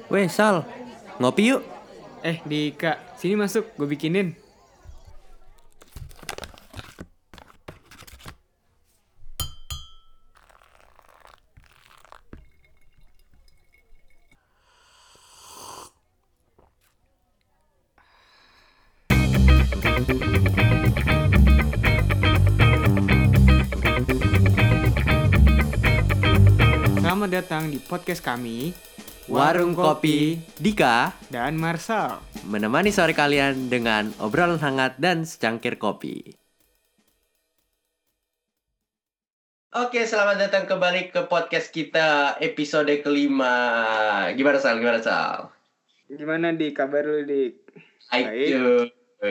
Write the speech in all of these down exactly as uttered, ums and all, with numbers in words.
Weh Sal, ngopi yuk. Eh Dika, sini masuk, gue bikinin. Selamat datang di podcast kami, Warung Kopi Dika dan Marsal. menemani sore kalian dengan obrolan hangat dan secangkir kopi. Oke, selamat datang kembali ke podcast kita episode kelima. Gimana Sal? Gimana Sal? Gimana Dik, kabar lu Dik? Ayo.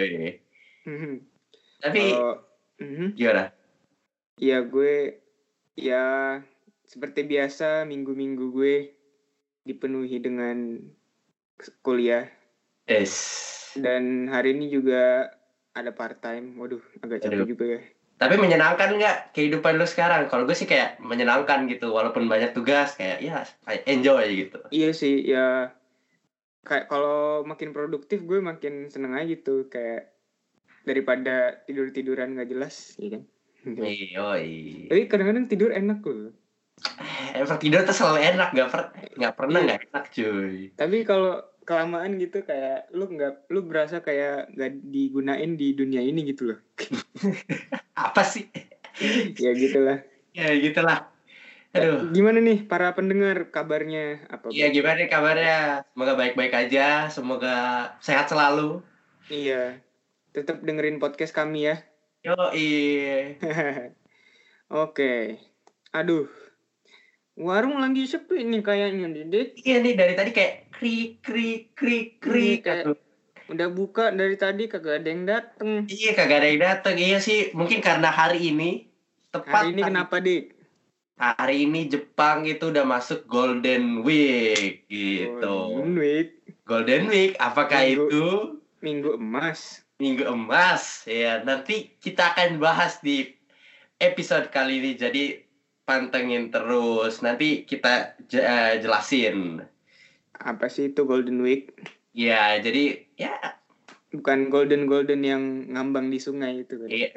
Tapi Kalau, mhm, gimana? ya gue, ya seperti biasa minggu-minggu gue dipenuhi dengan kuliah. Es. Dan hari ini juga ada part time. Waduh, agak capek Aduh. juga ya. Tapi menyenangkan nggak kehidupan lu sekarang? Kalau gue sih kayak menyenangkan gitu, walaupun banyak tugas kayak ya enjoy gitu. Iya sih, ya kayak kalau makin produktif gue makin seneng aja gitu, kayak daripada tidur-tiduran nggak jelas, iya kan? Yoi. Tapi kadang-kadang tidur enak loh. Emang tidur tuh selalu enak, nggak per nggak pernah Iya. nggak enak cuy. Tapi kalau kelamaan gitu kayak lu nggak, lu berasa kayak nggak digunain di dunia ini gitu loh. Apa sih? Ya gitulah. Ya gitulah. Aduh. Gimana nih para pendengar kabarnya apa? Iya gimana nih kabarnya? Semoga baik-baik aja, semoga sehat selalu. Iya. Tetap dengerin podcast kami ya. Yoi. Oke. Aduh. Warung lagi sepi nih kayaknya, Didik. Iya nih dari tadi kayak krik krik krik krik. Iya, kayak Aduh. udah buka dari tadi kagak ada yang dateng. Iya kagak ada yang datang. Iya sih, mungkin karena hari ini tepat Hari ini kenapa, Dik? hari ini Jepang itu udah masuk Golden Week gitu. Golden Week. Golden Week, apakah Minggu- itu Minggu emas. Minggu emas? Ya, nanti kita akan bahas di episode kali ini. Jadi pantengin terus. Nanti kita j- eh, jelasin. Apa sih itu Golden Week? Ya, jadi ya. Bukan golden-golden yang ngambang di sungai itu kan. Iya.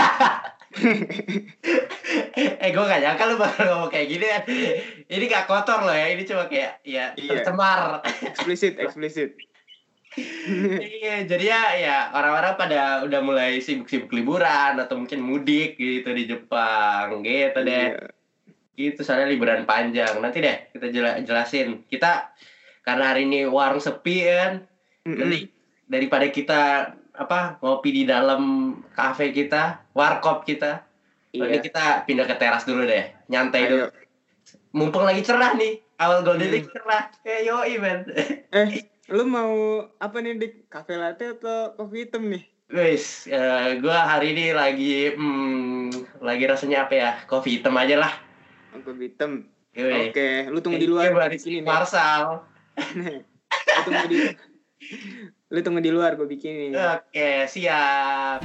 eh gue gak nyangka lu bakal ngomong kayak gini kan. Ini gak kotor loh ya. Ini cuma kayak ya Iya. tercemar. Eksplisit, eksplisit. Iya, jadi ya ya orang-orang pada udah mulai sibuk-sibuk liburan atau mungkin mudik gitu di Jepang gitu deh. Iya. Gitu soalnya liburan panjang. Nanti deh kita jela- jelasin. Kita karena hari ini warung sepi kan. Mm-mm. Nanti daripada kita apa ngopi di dalam kafe kita, warkop kita. Nanti Iya. kita pindah ke teras dulu deh. Nyantai dulu. Ayo. Mumpung lagi cerah nih. Awal Golden Hmm. Week cerah. Eh yoi men. Eh, lu mau apa nih, Dik? Cafe latte atau kopi hitam nih? Wis, uh, gue hari ini lagi, hmm, lagi rasanya apa ya? Kopi hitam aja lah. Oh, kopi hitam. Yoi. Oke, lu tunggu di luar Iya, di sini nih. Marsal. Lu tunggu di Lu tunggu di luar, gue bikinin. Oke, siap.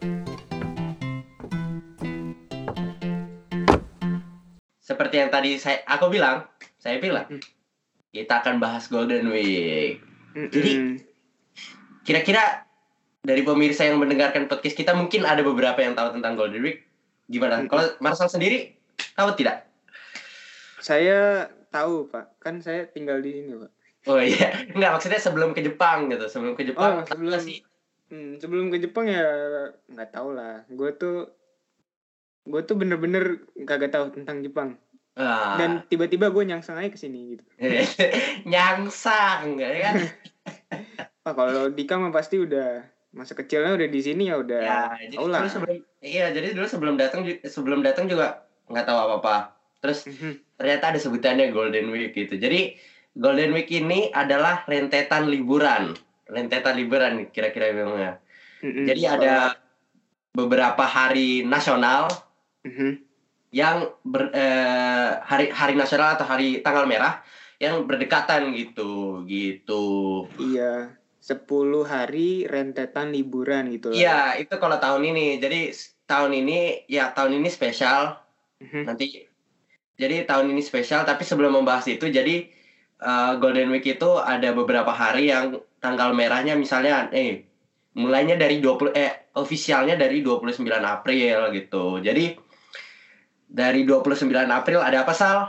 Seperti yang tadi saya, aku bilang, saya bilang, Hmm. kita akan bahas Golden Week. Mm-mm. Jadi, kira-kira dari pemirsa yang mendengarkan podcast kita mungkin ada beberapa yang tahu tentang Golden Week. Gimana? Mm-mm. Kalau Marsal sendiri tahu tidak? Saya tahu, Pak. Kan saya tinggal di sini, Pak. Oh iya, nggak maksudnya sebelum ke Jepang gitu, sebelum ke Jepang. Oh, sebelum sih. Hmm, sebelum ke Jepang ya nggak tahu lah. Gue tuh gue tuh bener-bener kagak tahu tentang Jepang. Ah. Dan tiba-tiba gue nyangsang aja ke sini gitu. Nyangsang, ya kan? Pak, kalau Dika mah pasti udah masa kecilnya udah di sini ya udah. Ya, jadi Tahu lah. dulu sebelum, iya, jadi dulu sebelum datang, ju- sebelum datang juga nggak tahu apa-apa. Terus Mhm. ternyata ada sebutannya Golden Week gitu. Jadi Golden Week ini adalah rentetan liburan, rentetan liburan kira-kira memangnya. Mhm. Jadi ada beberapa hari nasional Mhm. yang ber, eh, hari hari nasional atau hari tanggal merah yang berdekatan gitu, gitu. Iya, sepuluh hari rentetan liburan gitu lah. Iya, itu kalau tahun ini. Jadi s- tahun ini ya tahun ini spesial. Mhm. Nanti jadi tahun ini spesial tapi sebelum membahas itu jadi uh, Golden Week itu ada beberapa hari yang tanggal merahnya misalnya eh mulainya dari dua puluh eh ofisialnya dari dua puluh sembilan April gitu. Jadi dari dua puluh sembilan April ada apa, Sal?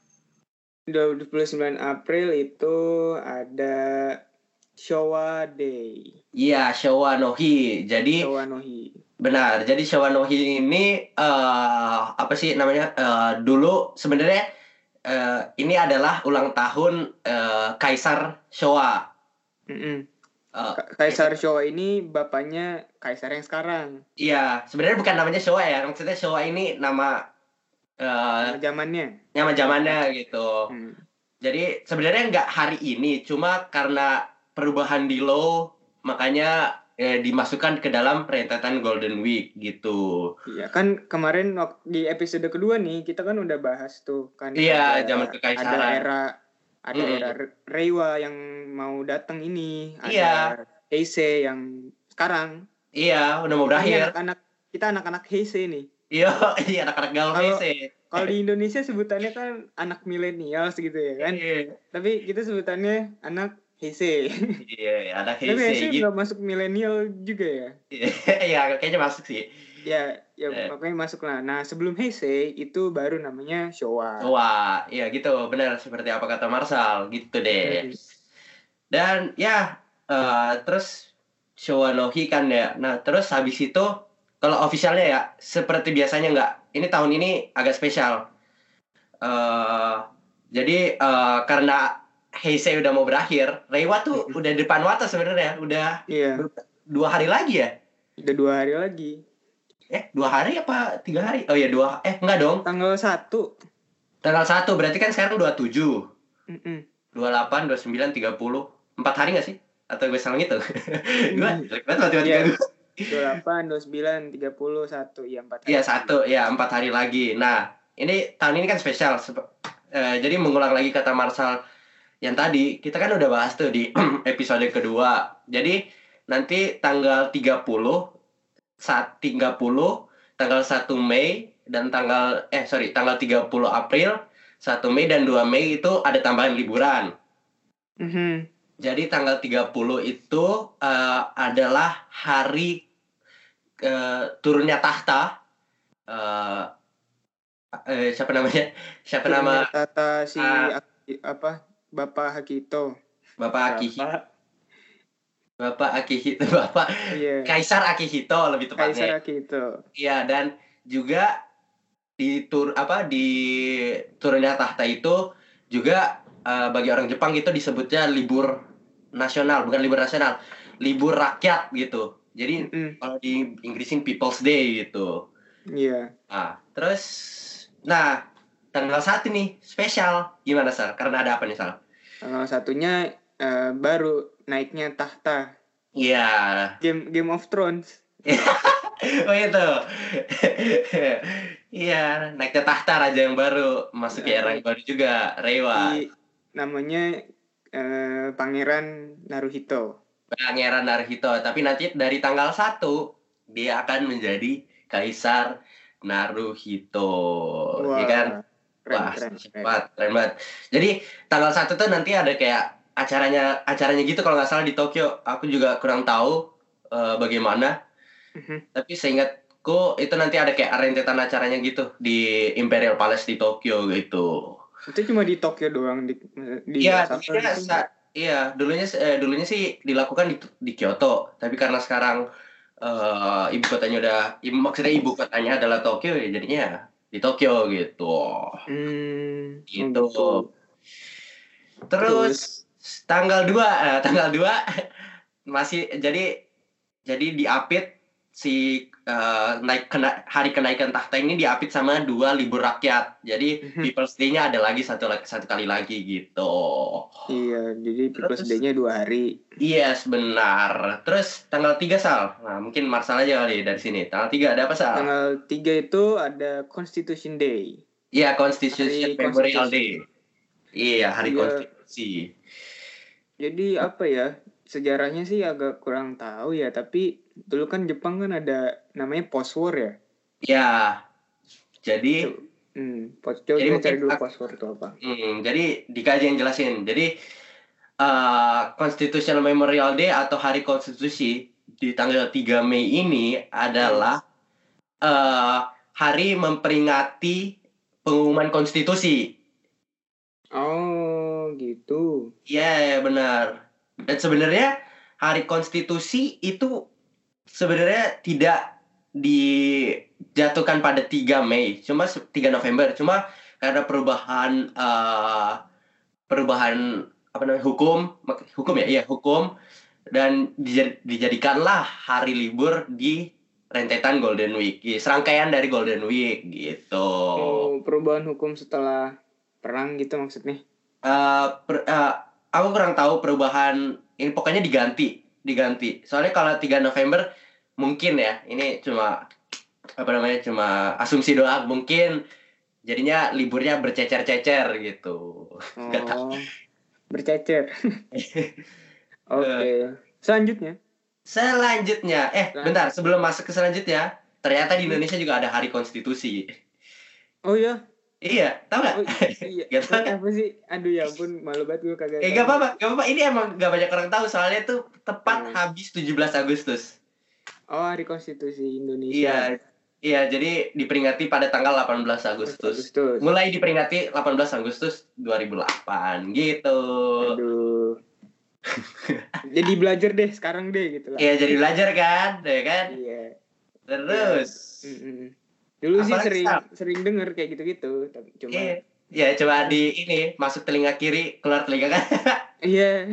dua puluh sembilan April itu ada Showa Day. Iya, Showa no Hi. Jadi Showa no Hi. benar. Jadi Showa no Hi ini uh, apa sih namanya? Uh, dulu sebenarnya uh, ini adalah ulang tahun uh, Kaisar Showa. Mm-mm. Uh, Kaisar Showa ini bapaknya Kaisar yang sekarang. Iya, sebenarnya bukan namanya Showa ya. Maksudnya Showa ini nama uh, nama zamannya. Nama zamannya gitu. Hmm. Jadi sebenarnya nggak hari ini, cuma karena perubahan di law makanya eh, dimasukkan ke dalam rentetan Golden Week gitu. Iya kan kemarin di episode kedua nih kita kan udah bahas tuh kan. Iya, ada, zaman kekaisaran. Ada era ada Mm-mm. era Reiwa yang mau datang ini. Ada Iya. Heisei yang sekarang. Iya, udah mau berakhir. Anak-anak kita anak-anak Heisei nih. Iya, iya anak-anak gaul Heisei. Kalau di Indonesia sebutannya kan anak milenial gitu ya kan. Iya. Tapi kita sebutannya anak Heisei. Iya, anak Tapi Heisei Heisei gitu. nggak masuk milenial juga ya. Iya, kayaknya masuk sih. Ya, ya Eh. makanya masuk lah. Nah, sebelum Heisei itu baru namanya Showa. Wah, iya gitu, benar seperti apa kata Marsal, gitu deh. Hmm. Dan ya, uh, terus Showa no Hi kan ya. Nah, terus habis itu kalau officialnya ya seperti biasanya nggak. Ini tahun ini agak spesial. Uh, jadi uh, karena Heisei udah mau berakhir, Reiwa tuh Mm-mm. udah depan mata sebenarnya, udah Iya. dua hari lagi ya. Udah dua hari lagi. Eh, dua hari apa tiga hari? Oh ya dua. Eh, enggak dong. Tanggal satu. Tanggal satu berarti kan sekarang dua puluh tujuh. Mm-mm. dua puluh delapan, dua puluh sembilan, tiga puluh. empat hari nggak sih? Atau gue salah gitu? Gue jelek banget matematika gue. dua puluh delapan, dua puluh sembilan, tiga puluh, satu. Iya, empat hari. Iya, satu. Ya, empat hari lagi. Nah, ini tahun ini kan spesial. Sep- eh, jadi mengulang lagi kata Marsal yang tadi, kita kan udah bahas tuh di episode kedua. Jadi, nanti tanggal tiga puluh, saat tiga puluh, tanggal satu Mei, dan tanggal, eh sorry, tanggal tiga puluh April, satu Mei dan dua Mei itu ada tambahan liburan. Mhm. Jadi tanggal tiga puluh itu uh, adalah hari uh, turunnya tahta. Uh, uh, siapa namanya? Siapa nama? Tata si uh, apa? Bapak Akihito. Bapak Akihito. Bapak Akihito, Bapak Iya. Kaisar Akihito lebih tepatnya. Kaisar Akihito. Iya, dan juga di tur apa di turunnya tahta itu juga uh, bagi orang Jepang itu disebutnya libur nasional, bukan libur nasional, libur rakyat gitu. Jadi Mm-mm. kalau di Inggrisin People's Day gitu. Iya. Nah, terus nah, tanggal satu nih spesial. Gimana, Sal? Karena ada apa nih, Sal? Tanggal satunya uh, baru naiknya tahta. Iya. Game Game of Thrones. Oh itu. Iya, naiknya tahta raja yang baru, masuk ke era yang baru juga, Reiwa. Di, namanya uh, Pangeran Naruhito. Pangeran Naruhito, tapi nanti dari tanggal satu dia akan menjadi Kaisar Naruhito. Wah, ya kan? Keren, Wah, keren, cepat, keren banget. Jadi tanggal satu tuh nanti ada kayak acaranya acaranya gitu kalau nggak salah di Tokyo. Aku juga kurang tahu uh, bagaimana. Uh-huh. Tapi seingatku itu nanti ada kayak rentetan acaranya gitu di Imperial Palace di Tokyo gitu. Itu cuma di Tokyo doang di di Iya, Osaka dulunya, gitu. sa- iya, dulunya eh, dulunya sih dilakukan di di Kyoto, tapi karena sekarang eh, ibu kotanya udah ibu, maksudnya ibu kotanya adalah Tokyo ya jadinya di Tokyo gitu. Hmm, Gitu. oh gitu. Terus tanggal dua, eh, tanggal dua masih jadi jadi diapit si eh, naik kena, hari kenaikan tahta ini diapit sama dua libur rakyat. Jadi Mhm. People's Day-nya ada lagi satu satu kali lagi gitu. Iya, jadi People's Terus- Day-nya dua hari. Yes, benar. Terus tanggal tiga, Sal. Nah, mungkin Marsal aja kali dari sini. Tanggal tiga ada apa, Sal? Tanggal tiga itu ada Constitution Day. Iya, Constitution Hari Memorial Konstitusi. Day. Iya, hari Iya. konstitusi. Jadi apa ya? Sejarahnya sih agak kurang tahu ya, tapi dulu kan Jepang kan ada namanya post war ya. Ya, jadi Tuh. Hmm, pos- coba Jadi kita mungkin cari dulu ak- password itu apa. hmm, jadi dikaji yang jelasin. Jadi eh, Constitutional Memorial Day atau Hari Konstitusi di tanggal tiga Mei ini Hmm. adalah eh, hari memperingati pengumuman konstitusi. Oh, gitu. Iya, benar. Dan sebenarnya hari konstitusi itu sebenarnya tidak dijatuhkan pada tiga Mei, cuma se- tiga November. Cuma karena perubahan eh, perubahan apa namanya hukum, mak- hukum ya, Hmm. iya hukum dan dija- dijadikanlah hari libur di rentetan Golden Week, Iya, serangkaian dari Golden Week gitu. Oh, perubahan hukum setelah perang gitu maksudnya. Eh, per- eh, aku kurang tahu perubahan ini pokoknya diganti, diganti. Soalnya kalau tiga November mungkin ya, ini cuma apa namanya cuma asumsi doang, mungkin jadinya liburnya bercecer-cecer gitu. Nggak tahu. Oh, bercecer. Eh, Oke. Selanjutnya. Selanjutnya, eh bentar Selanjutnya. sebelum masuk ke selanjutnya, ternyata di Hmm. Indonesia juga ada Hari Konstitusi. Oh iya. Iya, tahu nggak? Oh iya. Gak tahu. Eh, apa sih? Aduh ya ampun, malu banget gue kagak Eh tahu. gak apa-apa, gak apa-apa. Ini emang gak banyak orang tahu soalnya tuh tepat Hmm. habis tujuh belas Agustus. Oh, Hari Konstitusi Indonesia. Iya, iya. Jadi diperingati pada tanggal delapan belas Agustus. Agustus. Mulai diperingati delapan belas Agustus dua ribu delapan gitu. Aduh. Jadi belajar deh sekarang deh gitu lah. Iya, jadi belajar kan, ya kan? Iya. Terus. Mm-mm. Dulu sih Apalagi, sering Sal? sering denger kayak gitu-gitu, tapi cuma Iya. Ya coba di ini masuk telinga kiri keluar telinga kan. iya.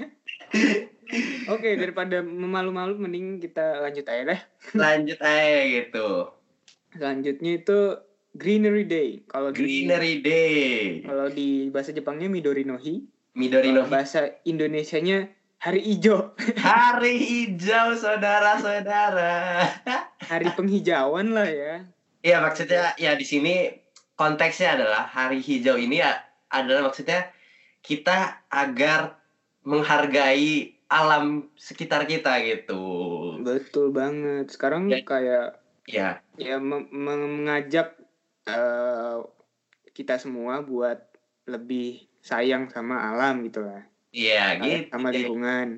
Oke, daripada memalu-malu mending kita lanjut aja deh. Lanjut aja gitu. Selanjutnya itu Greenery Day. Kalau di Greenery Day. kalau di bahasa Jepangnya Midori no Hi. Midori no Kalau bahasa Indonesianya Hari Ijo. Hari hijau saudara-saudara. Hari penghijauan lah ya. Iya, maksudnya ya di sini konteksnya adalah hari hijau ini ya, adalah maksudnya kita agar menghargai alam sekitar kita gitu. Betul banget. Sekarang Ya. kayak Ya, ya mem- mengajak eh, kita semua buat lebih sayang sama alam gitu lah. iya Sayang gitu. sama lingkungan.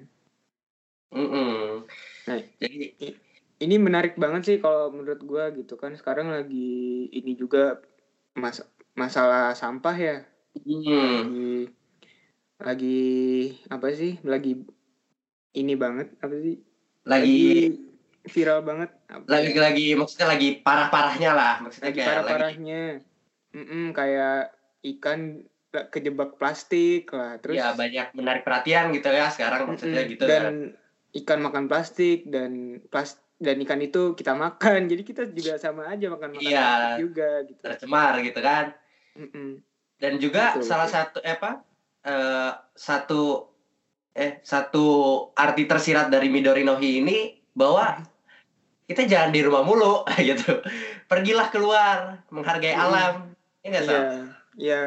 Mm-mm. Nah, Jadi i- ini menarik banget sih kalau menurut gua gitu kan. Sekarang lagi ini juga mas masalah sampah ya. hmm, Lagi lagi apa sih? Lagi ini banget apa sih? lagi viral banget. Apa lagi ya? lagi maksudnya lagi parah-parahnya lah, maksudnya Lagi kayak lagi parah-parahnya. Mm-mm, kayak ikan kejebak plastik lah. Terus ya banyak menarik perhatian gitu ya sekarang maksudnya mm-mm, gitu kan. dan ikan makan plastik dan plas dan ikan itu kita makan. Jadi kita juga sama aja makan makan Iya, plastik juga gitu. tercemar gitu kan. Mm-mm. Dan juga Betul, salah betul. satu eh, apa eh, satu eh satu arti tersirat dari Midori no Hi ini bahwa kita jangan di rumah mulu gitu. Pergilah keluar, menghargai Mm-mm. alam. Iya nggak, Sal? Iya, iya.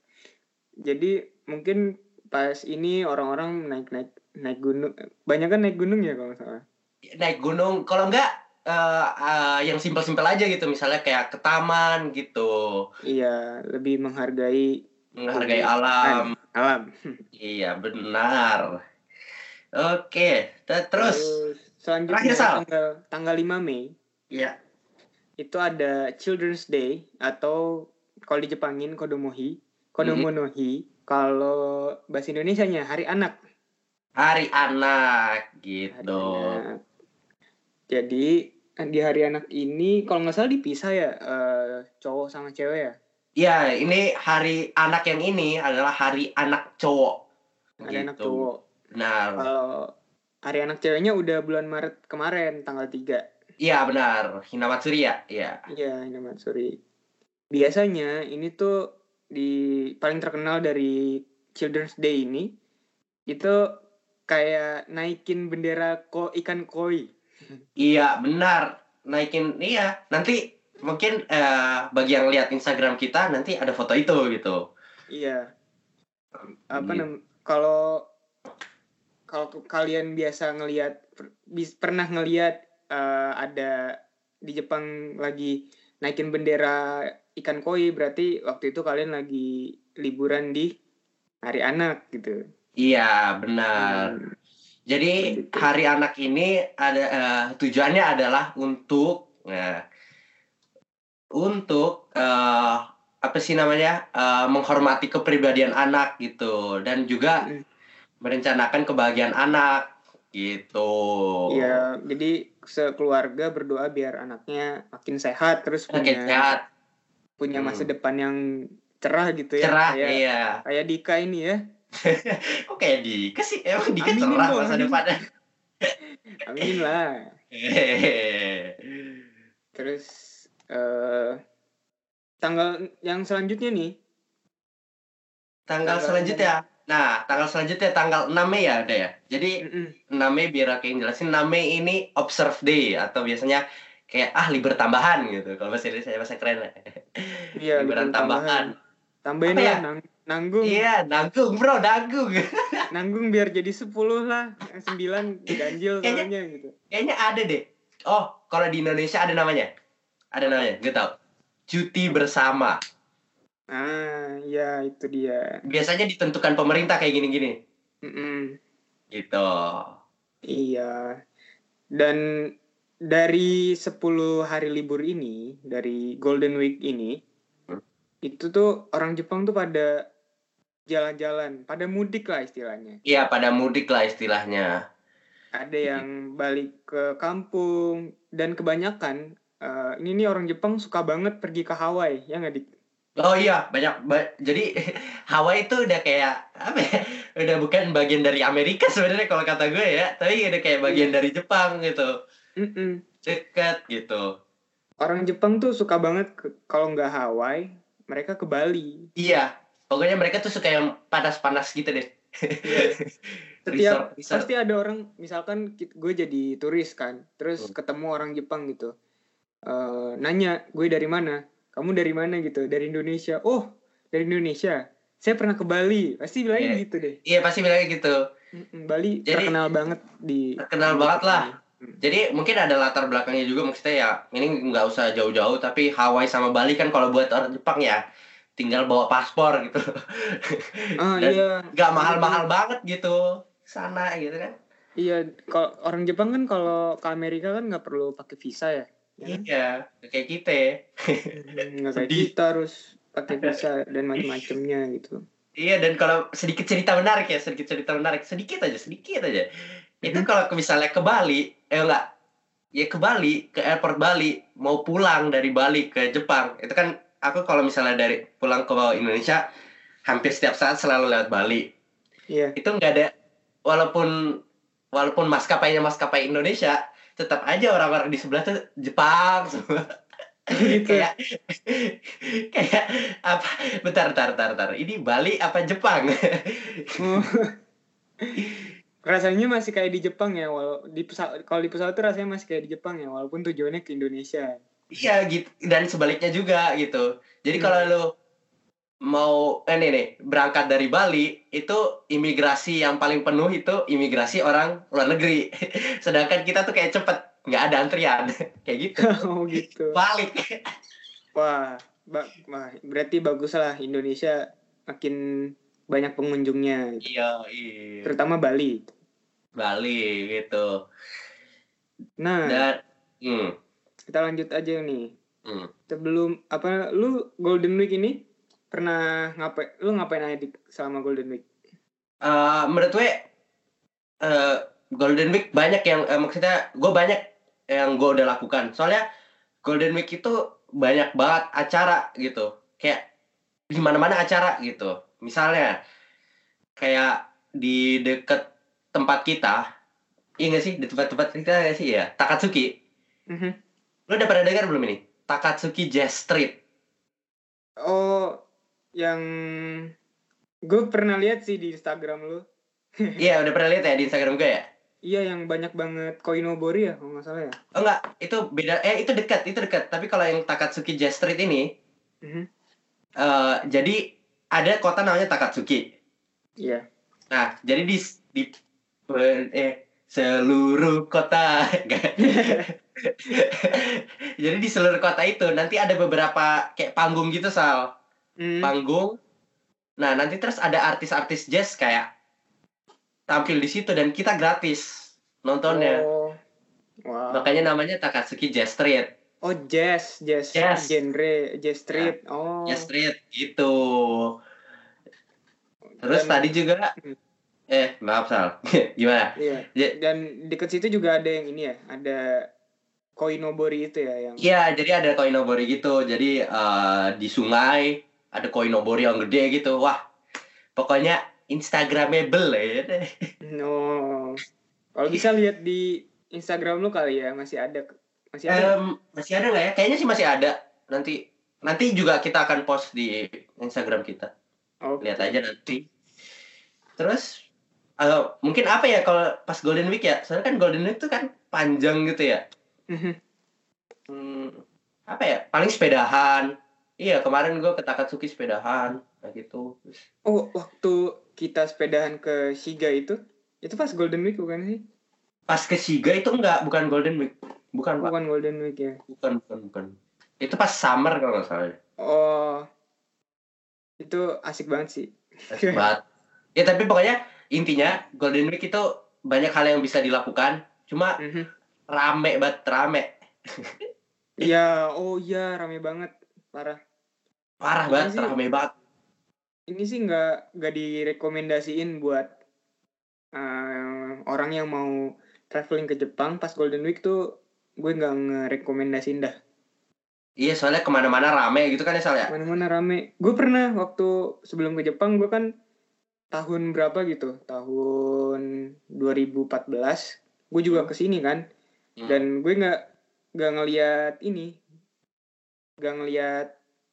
Jadi mungkin pas ini orang-orang naik-naik naik gunung, banyak kan naik gunung ya kalau nggak salah. Naik gunung, kalau enggak eh, eh, yang simpel-simpel aja gitu, misalnya kayak ke taman gitu, Iya, lebih menghargai menghargai tumbuhan, alam. alam. Iya, benar. Oke, te- terus selanjutnya terakhir, Sal. tanggal tanggal lima Mei Iya. itu ada Children's Day atau kalau di Jepangin Kodomohi, Kodomo no Hi. Kalau bahasa Indonesianya Hari Anak. Hari Anak Hari gitu. Anak. Jadi di Hari Anak ini kalau nggak salah dipisah ya eh, cowok sama cewek ya. Iya, ini hari anak yang ini adalah hari anak cowok. Hari gitu. anak cowok. Benar. Kalau hari anak ceweknya udah bulan Maret kemarin tanggal tiga. Iya, benar. Hinamatsuri ya? Iya. Iya, Hinamatsuri. Biasanya ini tuh di paling terkenal dari Children's Day ini itu kayak naikin bendera ko ikan koi. Iya, benar. Naikin iya. Nanti mungkin eh, bagi yang lihat Instagram kita nanti ada foto itu gitu. Iya. Apa Gitu. nam kalau kalau kalian biasa ngelihat bis, pernah ngelihat uh, ada di Jepang lagi naikin bendera ikan koi, berarti waktu itu kalian lagi liburan di hari anak gitu. Iya, benar. Hmm, Jadi begitu. hari anak ini ada eh, tujuannya adalah untuk eh, untuk eh, apa sih namanya? eh, menghormati kepribadian anak gitu dan juga Mm-mm. merencanakan kebahagiaan anak gitu. Ya, jadi sekeluarga berdoa biar anaknya makin sehat, terus Oke, punya sehat. punya masa Hmm. depan yang cerah gitu ya, Cerah, kayak iya. kayak Dika ini ya. Kok kayak Dika sih? Emang Dika Aminin cerah dong, masa aminin. depannya? Aminin lah. Terus eh tanggal yang selanjutnya nih, Tanggal tanggal enam. selanjutnya. Nah, tanggal selanjutnya tanggal enam Mei ya, udah ya. Jadi Mm-mm. enam Mei biar aku yang jelasin, enam Mei ini Observe Day atau biasanya kayak ah libur tambahan gitu. Kalau bahasa Indonesia bahasa keren lah. Iya, libur Liburan tambahan. tambahan. Tambahin Apa ya? lah nang nanggung. Iya, nanggung, Bro, nanggung. Nanggung biar jadi sepuluh lah. Yang sembilan ganjil Kayaknya soalnya gitu. kayaknya ada deh. Oh, kalau di Indonesia ada namanya. Ada Apa? namanya, gue tahu. Cuti bersama. Ah, ya itu dia. Biasanya ditentukan pemerintah kayak gini-gini. Mm-mm. Gitu. Iya. Dan dari sepuluh hari libur ini, dari Golden Week ini, Hmm. itu tuh orang Jepang tuh pada jalan-jalan, pada mudik lah istilahnya. Iya, pada mudik lah istilahnya. Ada yang balik ke kampung, dan kebanyakan eh, ini nih orang Jepang suka banget pergi ke Hawaii, ya nggak, Dik? Oh iya, banyak ba- jadi Hawaii itu udah kayak apa ya? Udah bukan bagian dari Amerika sebenarnya kalau kata gue ya, tapi udah kayak bagian Iya. dari Jepang gitu. Mm-mm. Dekat gitu. Orang Jepang tuh suka banget ke- kalau nggak Hawaii, mereka ke Bali. Iya, pokoknya mereka tuh suka yang panas-panas gitu deh. Iya. Setiap Resort, resort. pasti ada orang, misalkan kit- gue jadi turis kan, terus Hmm. ketemu orang Jepang gitu, Eh, nanya gue dari mana, kamu dari mana gitu, dari Indonesia. Oh, dari Indonesia, saya pernah ke Bali, pasti bilangnya Iya, gitu deh. iya pasti bilangnya gitu. Mm-mm, Bali Jadi terkenal banget di terkenal di banget Jepang lah. ini. Mm. Jadi mungkin ada latar belakangnya juga maksudnya ya. Ini nggak usah jauh-jauh, tapi Hawaii sama Bali kan kalau buat orang Jepang ya tinggal bawa paspor gitu. Ah Dan iya, nggak bener-bener. mahal-mahal banget gitu sana gitu kan. Iya, kalau orang Jepang kan kalau ke Amerika kan nggak perlu pakai visa ya, ya kan? Iya, kayak kita. Mhm, nggak kayak Sedih. kita harus pakai visa dan macam-macamnya gitu. Iya, dan kalau sedikit cerita menarik ya, sedikit cerita menarik, sedikit aja, sedikit aja. Itu Mhm. kalau ke- misalnya ke Bali, eh enggak, ya ke Bali, ke airport Bali, mau pulang dari Bali ke Jepang, itu kan aku kalau misalnya dari pulang ke Indonesia, hampir setiap saat selalu lewat Bali. Iya. Itu nggak ada, walaupun walaupun maskapainya maskapai Indonesia, tetap aja orang-orang di sebelah tuh Jepang semua. Gitu. kayak kayak apa? Bentar, bentar, bentar, bentar. Ini Bali apa Jepang? Oh, rasanya masih kayak di Jepang ya, walau di pesawat, kalau di pesawat tuh rasanya masih kayak di Jepang ya, walaupun tujuannya ke Indonesia. Iya gitu, dan sebaliknya juga gitu. Jadi kalau Hmm. lu mau eh nih nih berangkat dari Bali itu imigrasi yang paling penuh itu imigrasi orang luar negeri. Sedangkan kita tuh kayak cepet nggak ada antrian kayak gitu. Oh gitu. Balik. Wah, ba- wah, berarti bagus lah Indonesia makin banyak pengunjungnya, gitu. Iya, iya. Terutama Bali. Bali gitu. Nah, Dan hmm, kita lanjut aja nih. hmm. Sebelum apa, lu Golden Week ini pernah ngapain? Lu ngapain aja di selama Golden Week? Eh, menurut gue eh, Golden Week banyak yang eh, maksudnya gue banyak yang gue udah lakukan. Soalnya Golden Week itu banyak banget acara gitu. Kayak di mana-mana acara gitu. Misalnya kayak di deket tempat kita, iya nggak sih di tempat-tempat kita nggak sih ya Takatsuki. Mhm. Lu udah pernah dengar belum ini? Takatsuki Jazz Street. Oh, yang gue pernah lihat sih di Instagram lu. Iya udah pernah lihat ya di Instagram gue ya. Iya, yang banyak banget koinobori ya, kalau nggak salah ya. Oh enggak, itu beda. Eh itu dekat, itu dekat. Tapi kalau yang Takatsuki Jazz Street ini, Mhm. eh jadi ada kota namanya Takatsuki. Iya. Nah, jadi di di eh seluruh kota Jadi di seluruh kota itu nanti ada beberapa kayak panggung gitu, Sal. Hmm. Panggung. Nah, nanti terus ada artis-artis jazz kayak tampil di situ dan kita gratis nontonnya. Oh. Wow. Makanya namanya Takatsuki Jazz Street. Oh, jazz, jazz, Jazz. genre, jazz street. Ya, Oh. Jazz Street gitu. Terus Dan- tadi juga Hmm. eh maaf Sal. Gimana? Iya. Ya- Dan deket situ juga ada yang ini ya, ada koinobori itu ya yang. Iya, jadi ada koinobori gitu. Jadi eh, di sungai ada koinobori yang gede gitu. Wah, pokoknya Instagramable ya. No. Kalau bisa lihat di Instagram lu kali ya, masih ada masih ada. Em, masih ada nggak ya? Kayaknya sih masih ada. Nanti nanti juga kita akan post di Instagram kita. Oke. Lihat aja nanti. Terus eh, mungkin apa ya kalau pas Golden Week ya? Soalnya kan Golden Week tuh kan panjang gitu ya. Mhm. Hmm, apa ya? Paling sepedahan. Iya, kemarin gue ke Takatsuki sepedahan kayak gitu. Terus, Oh, waktu kita sepedahan ke Shiga itu, itu pas Golden Week bukan sih? pas ke Shiga itu enggak, bukan Golden Week. Bukan, Pak. Bukan Golden Week ya. Bukan, bukan, bukan. Itu pas summer kalau nggak salah. Oh, itu asik banget sih. Asik banget. Ya tapi pokoknya intinya Golden Week itu banyak hal yang bisa dilakukan. Cuma Mhm. rame banget, rame. Iya, oh iya, rame banget, parah. Parah Ini banget, sih- rame banget. Ini sih nggak nggak direkomendasiin buat eh, orang yang mau traveling ke Jepang pas Golden Week tuh, gue nggak ngerekomendasiin dah. Iya, soalnya kemana-mana rame gitu kan ya, Sal ya? Mana-mana rame. Gue pernah waktu sebelum ke Jepang, gue kan tahun berapa gitu, tahun dua ribu empat belas, gue juga Hmm. kesini kan, Hmm. dan gue nggak nggak ngeliat ini, nggak ngeliat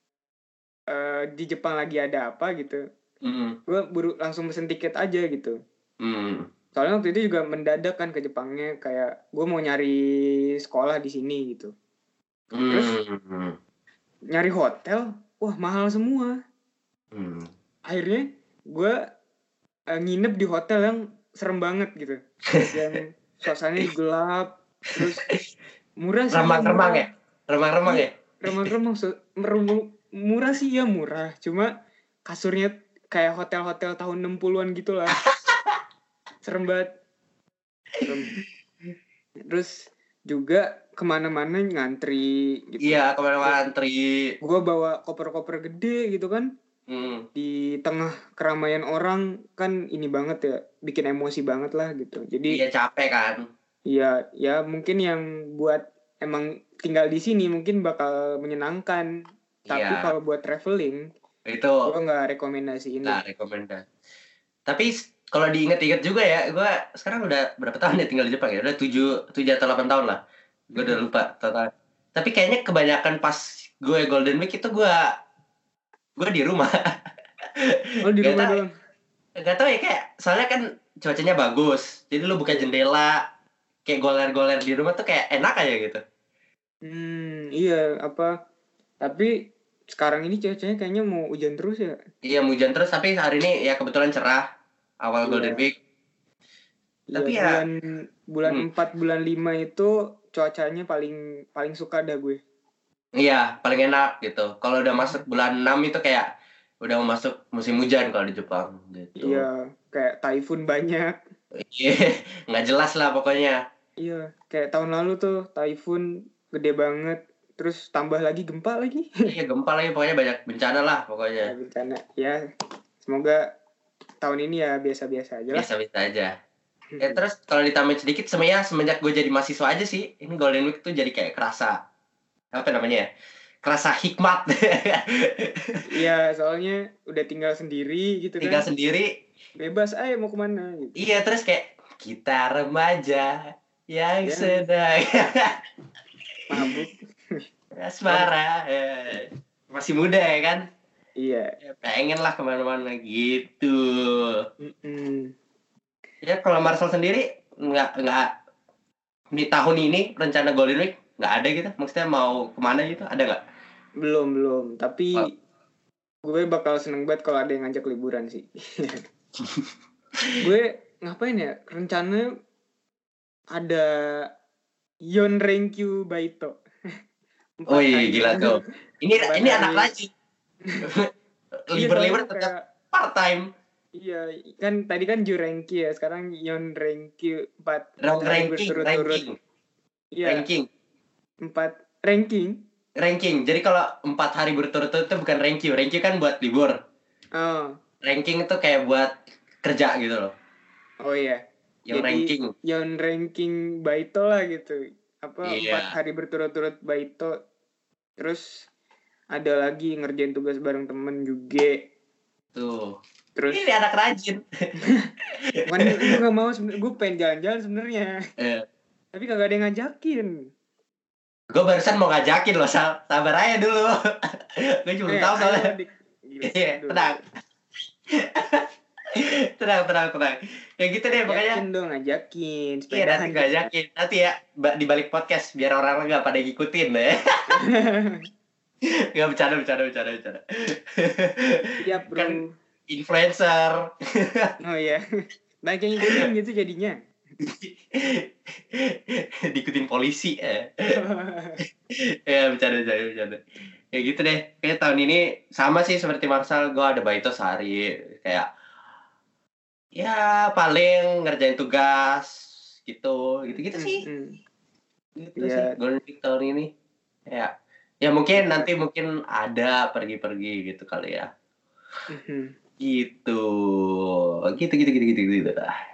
eh, di Jepang lagi ada apa gitu. Hmm. Gue buru langsung pesen tiket aja gitu. Hmm. Soalnya waktu itu juga mendadak kan ke Jepangnya, kayak gue mau nyari sekolah di sini gitu. Terus Hmm. nyari hotel, wah mahal semua. Hmm. Akhirnya gue uh, nginep di hotel yang serem banget gitu, yang suasananya gelap, terus murah sih. Remang-remang murah. ya? Remang-remang ya? Remang-remang, su- merum- murah sih ya murah, cuma kasurnya kayak hotel-hotel tahun enam puluhan gitu lah. Serem banget. Serem. Terus juga kemana-mana ngantri gitu. Iya, kemana-mana antri. Gue bawa koper-koper gede gitu kan, Hmm. di tengah keramaian orang kan ini banget ya, bikin emosi banget lah gitu. Jadi Iya, capek kan? ya ya mungkin yang buat emang tinggal di sini mungkin bakal menyenangkan, tapi Iya. kalau buat traveling Itu gue nggak rekomendasiin. nggak rekomendasi. Tapi s- kalau diinget-inget juga ya, gue sekarang udah berapa tahun ya tinggal di Jepang ya? Udah tujuh, tujuh atau delapan tahun lah. Gue udah lupa total. Tapi kayaknya kebanyakan pas gue Golden Week itu gue gue di rumah. Oh, di Gak rumah tau, doang. gak tau ya kayak soalnya kan cuacanya bagus. Jadi lu buka jendela, kayak goler-goler di rumah tuh kayak enak aja gitu. Hmm, iya apa? Tapi sekarang ini cuacanya kayaknya mau hujan terus ya. Iya hujan terus tapi hari ini ya kebetulan cerah awal Iya. Golden Week. Iya, Tapi ya- bulan bulan Hmm. empat bulan lima itu cuacanya paling paling suka dah gue. Iya, paling enak gitu. Kalau udah masuk bulan enam itu kayak udah mau masuk musim hujan kalau di Jepang gitu. Iya, kayak typhoon banyak. Iya, nggak jelas lah pokoknya. Iya, kayak tahun lalu tuh typhoon gede banget. Terus tambah lagi gempa lagi. Iya, gempa lagi pokoknya banyak bencana lah Ya, pokoknya. bencana. Ya, semoga tahun ini ya biasa-biasa aja lah. Biasa-biasa aja. Ya terus kalau ditambahin sedikit sebenarnya semenjak gue jadi mahasiswa aja sih, ini Golden Week tuh jadi kayak kerasa apa namanya ya? Kerasa hikmat. Iya, soalnya udah tinggal sendiri gitu Tinggal kan. sendiri. Bebas aja mau kemana gitu. Iya, terus kayak kita remaja yang Ya. sedang Mabuk. asmara. Ya. Masih muda ya kan? Iya. Ya, pengen lah kemana-mana gitu. Mm-mm. Ya kalau Marcel sendiri nggak nggak di tahun ini rencana Golden Week nggak ada gitu, maksudnya mau kemana gitu, ada nggak? Belum, belum. Tapi Oh. gue bakal seneng banget kalau ada yang ngajak liburan sih. Gue ngapain ya? Rencana ada Yonrenkyu Baito. Oh Empat iya, hari. gila tuh. Ini Empat ini anak hari. rajin. Iya, Libur-libur soalnya tetap kayak part time. iya kan tadi kan Jurenkyu ya, sekarang Yonrenkyu empat Rank hari ranking, berturut-turut. ranking, Iya, ranking, empat ranking. ranking. Jadi kalau empat hari berturut-turut itu bukan ranking. Ranking kan buat libur. Oh, Ranking itu kayak buat kerja gitu loh. oh iya. Yang Jadi ranking. Yonrenkyu Baito lah gitu. Apa empat Iya. hari berturut-turut Baito. Terus ada lagi ngerjain tugas bareng temen juga. Tuh. Terus Ini anak rajin. bukan gue gak mau, gue pengen jalan-jalan sebenarnya. Eh. Tapi kagak ada yang ngajakin. Gue barusan mau ngajakin loh, Sal. Sabar aja dulu. Gue cuma Eh, tahu ayo, soalnya. Dik. Gila, Iya, aduh. tenang. tenang, tenang, tenang. Ya gitu deh pokoknya. Ngajakin dong, ngajakin. Iya, nanti gue ajakin. Nanti ya ba- di balik podcast biar orang nggak pada ngikutin ya. Nggak bercanda, bercanda, bercanda, bercanda. Iya, bro. Kan influencer. Oh iya. Banyak yang ngikutin gitu jadinya. Diikutin polisi ya. Ya bercanda, bercanda, bercanda. Ya gitu deh. Kayak tahun ini sama sih seperti Marsal, gue ada baito sehari kayak ya paling ngerjain tugas gitu, gitu-gitu sih. Mm-hmm. Gitu yeah. sih Golden Week tahun ini. Ya. Ya mungkin nanti mungkin ada pergi-pergi gitu kali ya. Mm-hmm. Gitu. Gitu gitu gitu gitu gitu.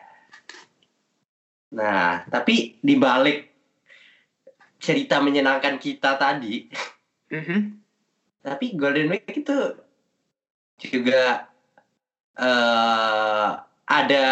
Nah, tapi di balik cerita menyenangkan kita tadi, mm-hmm. tapi Golden Week itu juga uh, ada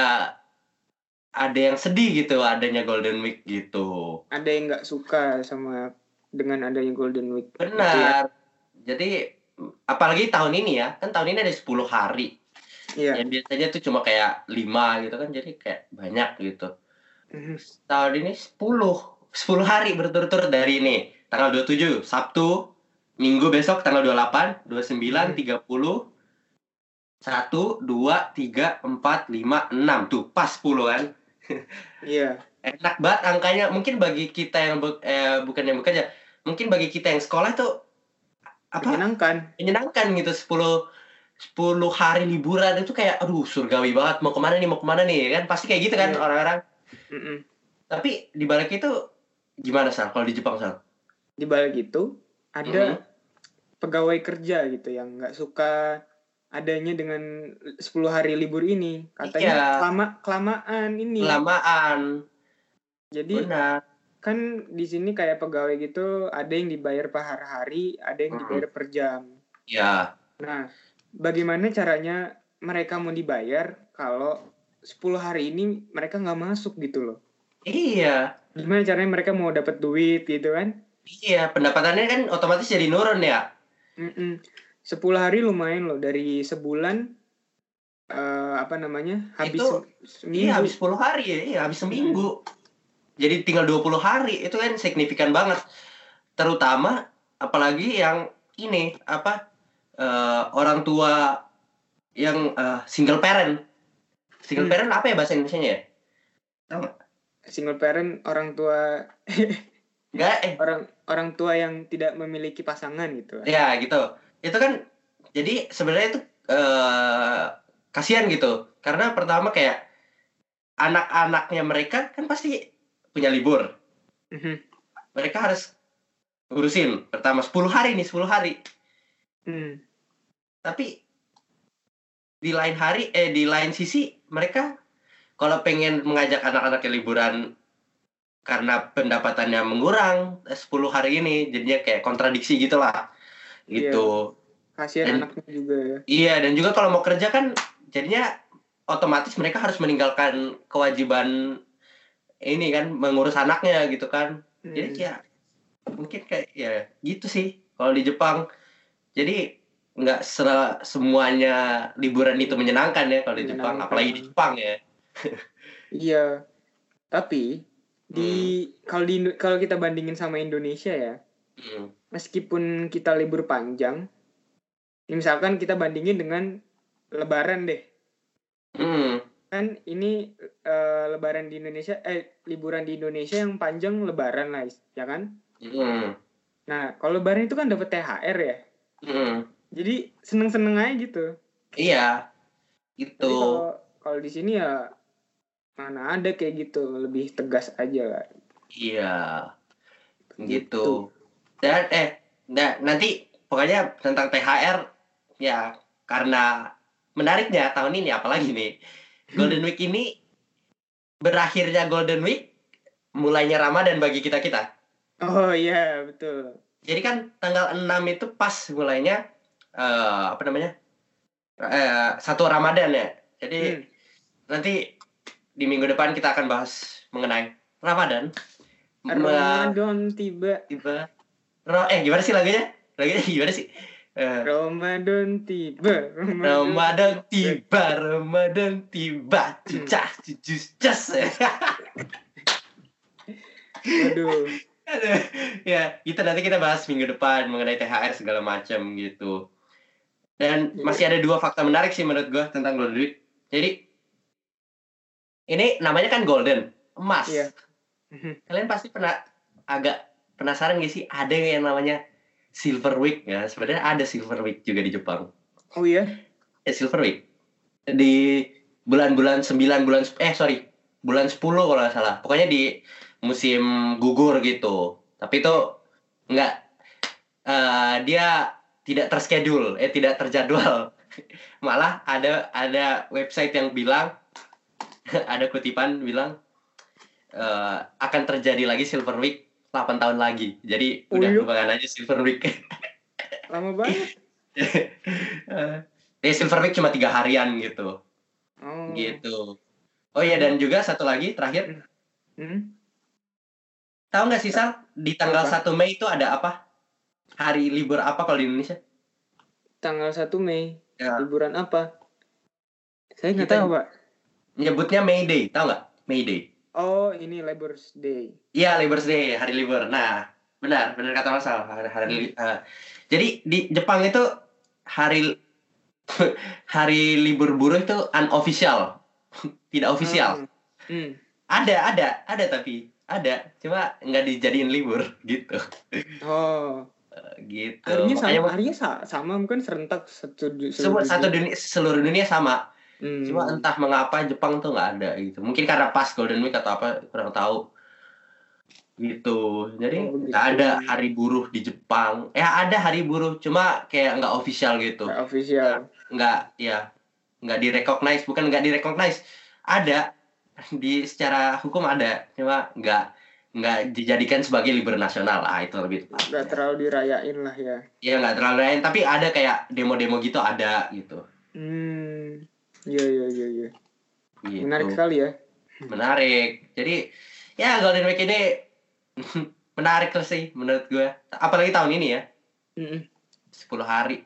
ada yang sedih gitu adanya Golden Week gitu. Ada yang nggak suka sama dengan adanya Golden Week. Benar. Gitu ya. Jadi apalagi tahun ini ya, kan tahun ini ada sepuluh hari. Iya. Yang biasanya tuh cuma kayak lima gitu kan, jadi kayak banyak gitu. Mm-hmm. Tahun ini sepuluh sepuluh hari berturut-turut dari ini. Tanggal dua puluh tujuh Sabtu, Minggu besok tanggal dua puluh delapan, dua puluh sembilan, mm-hmm. tiga puluh, satu, dua, tiga, empat, lima, enam. Tuh, pas sepuluh kan. Iya. Enak banget angkanya. Mungkin bagi kita yang bu- eh, bukan yang bekerja, mungkin bagi kita yang sekolah tuh apa? Menyenangkan. Menyenangkan gitu sepuluh sepuluh hari liburan itu kayak aduh surgawi banget. Mau kemana nih? Mau kemana nih? Kan pasti kayak gitu kan yeah. orang-orang. Mm-mm. Tapi di balik itu gimana Sal? Kalau di Jepang Sal? Di balik itu ada mm-hmm. pegawai kerja gitu yang nggak suka adanya dengan sepuluh hari libur ini. Katanya iya. kelama kelamaan ini. Kelamaan. Jadi benar. Kan di sini kayak pegawai gitu ada yang dibayar per hari, ada yang dibayar per jam. Iya. Nah, bagaimana caranya mereka mau dibayar kalau sepuluh hari ini mereka nggak masuk gitu loh. Iya. Gimana caranya mereka mau dapat duit gitu kan? Iya, pendapatannya kan otomatis jadi nurun ya. Mm-mm. sepuluh hari lumayan loh, dari sebulan uh, apa namanya? Habis itu, seminggu. Iya, habis sepuluh hari ya, iya, habis seminggu. Mm. Jadi tinggal dua puluh hari, itu kan signifikan banget. Terutama apalagi yang ini apa? Uh, orang tua yang uh, single parent. Single hmm. parent apa ya bahasa Indonesianya ya? Tahu nggak? Single parent orang tua nggak eh orang orang tua yang tidak memiliki pasangan gitu. Ya gitu. Itu kan jadi sebenarnya itu uh, kasihan gitu. Karena pertama kayak anak-anaknya mereka kan pasti punya libur. Mm-hmm. Mereka harus ngurusin pertama sepuluh hari nih, sepuluh hari. Mm. Tapi di lain hari eh di lain sisi mereka kalau pengen mengajak anak-anaknya liburan karena pendapatannya mengurang sepuluh hari ini, jadinya kayak kontradiksi gitulah. Gitu. Iya. Kasihan anaknya juga ya. Iya, dan juga kalau mau kerja kan jadinya otomatis mereka harus meninggalkan kewajiban ini kan mengurus anaknya gitu kan. Hmm. Jadi kayak mungkin kayak ya gitu sih kalau di Jepang. Jadi nggak semuanya liburan itu menyenangkan ya kalau di Jepang, apalagi di Jepang ya. Iya. Tapi di hmm. kalau di kalau kita bandingin sama Indonesia ya. Hmm. Meskipun kita libur panjang, misalkan kita bandingin dengan Lebaran deh. Hmm. kan ini eh, lebaran di Indonesia eh liburan di Indonesia yang panjang lebaran lah ya kan. Mm. Nah kalau lebaran itu kan dapat T H R ya, Mm. jadi seneng-seneng aja gitu. Iya, gitu. Tapi kalau kalau di sini ya mana ada kayak gitu, lebih tegas aja lah. Iya, gitu. Gitu. Dan eh, nah, nanti pokoknya tentang T H R ya, karena menariknya tahun ini apalagi nih Golden Week ini, berakhirnya Golden Week mulainya Ramadan bagi kita kita. Oh iya betul. Jadi kan tanggal enam itu pas mulainya eh, apa namanya eh, satu Ramadan ya. Jadi Hmm. nanti di minggu depan kita akan bahas mengenai Ramadan. Ramadan tiba. Tiba. Ro eh gimana sih lagunya? Lagunya gimana sih? Eh, Ramadan tiba. Ramadan tiba, Ramadan tiba, cucah, cucus, cas. Aduh. Aduh, ya, kita nanti kita bahas minggu depan mengenai T H R segala macam gitu. Dan Jadi, masih ada dua fakta menarik sih menurut gue tentang Golden Week. Jadi ini namanya kan Golden, emas. iya. Kalian pasti pernah agak penasaran gak sih ada yang namanya Silver Week ya? Sebenarnya ada Silver Week juga di Jepang. Oh iya. Eh, Silver Week di bulan-bulan sembilan bulan eh sorry bulan sepuluh kalau nggak salah. Pokoknya di musim gugur gitu. Tapi itu nggak eh, dia tidak terschedule, eh tidak terjadwal. Malah ada ada website yang bilang ada kutipan bilang eh, akan terjadi lagi Silver Week delapan tahun lagi. Jadi Oh udah iya? lupakan aja Silver Week. Lama banget. Eh, Silver Week cuma tiga harian gitu. Oh. Gitu. Oh iya, dan juga satu lagi terakhir. Hmm? Tahu nggak sih Sal, di tanggal Apa? satu Mei itu ada apa? Hari libur apa kalau di Indonesia? Tanggal satu Mei. Ya, Liburan apa? Saya nggak kita tahu, Pak. nyebutnya May Day, tahu nggak? May Day. Oh, ini Labor's Day. Iya, Labor Day, hari libur. Nah, benar, benar kata Mas Sal. Hari, hari li- eh, jadi di Jepang itu hari hari libur buruh itu unofficial, tidak official. Hmm. Hmm. Ada, ada, ada tapi ada, cuma nggak dijadiin libur gitu. Oh. Gitu. Harinya sama, Makanya harinya sa- sama mungkin serentak satu du- semua seluruh satu dunia. dunia seluruh dunia sama. Hmm. Cuma entah mengapa Jepang tuh nggak ada gitu. Mungkin karena pas Golden Week atau apa, kurang tahu. Gitu. Jadi Oh, begitu. nggak ada hari buruh di Jepang. Eh ada hari buruh, cuma kayak nggak official gitu. Nggak official. Nggak, ya nggak direcognize, bukan nggak direcognize. Ada di secara hukum ada, cuma nggak nggak dijadikan sebagai libur nasional. Ah itu lebih tepat. Nggak terlalu dirayain lah ya. Iya nggak terlalu lain, tapi ada kayak demo-demo gitu ada gitu. Hmm. Iya, iya, iya, iya. Gitu. Menarik sekali ya. Menarik. Jadi ya Golden Week ini menarik lah sih menurut gue. Apalagi tahun ini ya. Mm-mm. sepuluh hari.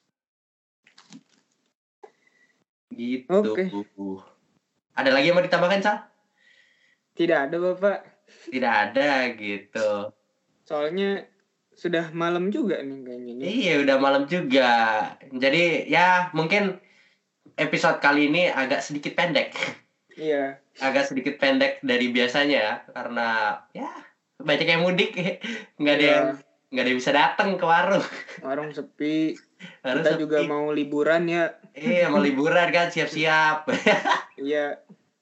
Gitu. Oke. Ada lagi yang mau ditambahkan, Sal? Tidak ada, Bapak. Tidak ada gitu. Soalnya sudah malam juga nih kayaknya nih. Iya, udah malam juga. Jadi ya mungkin episode kali ini agak sedikit pendek. Iya. Agak sedikit pendek dari biasanya karena ya banyak yang mudik, nggak ada Iya. yang nggak ada yang bisa datang ke warung. Warung sepi. Warung Kita sepi. juga mau liburan ya. Iya, mau liburan kan, siap-siap. Iya.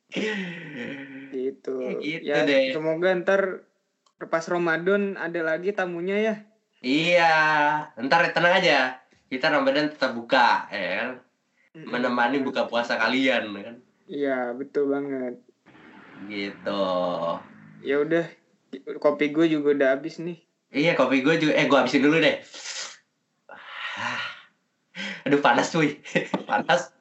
Gitu. Ya, gitu ya deh. semoga ntar pas Ramadan ada lagi tamunya ya. Iya, ntar tenang aja. Kita Ramadan tetap buka, ya kan? Menemani buka puasa kalian, kan? Iya, betul banget. Gitu. Ya udah, kopi gue juga udah habis nih. Iya, kopi gue juga. Eh, gue habisin dulu deh. Aduh, panas cuy. Panas.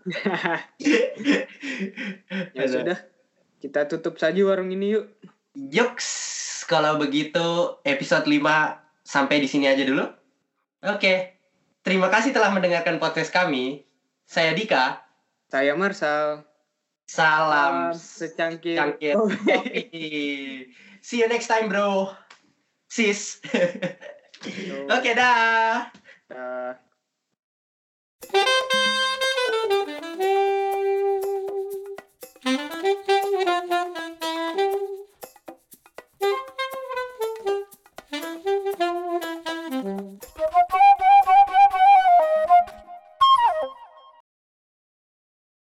Ya sudah, kita tutup saja warung ini yuk. Yuks, kalau begitu episode lima sampai di sini aja dulu. Oke. Terima kasih telah mendengarkan podcast kami. Saya Dika. Saya Marsal. Salam secangkir cangkir kopi. See you next time, bro. Sis. Oke, dah. Dah.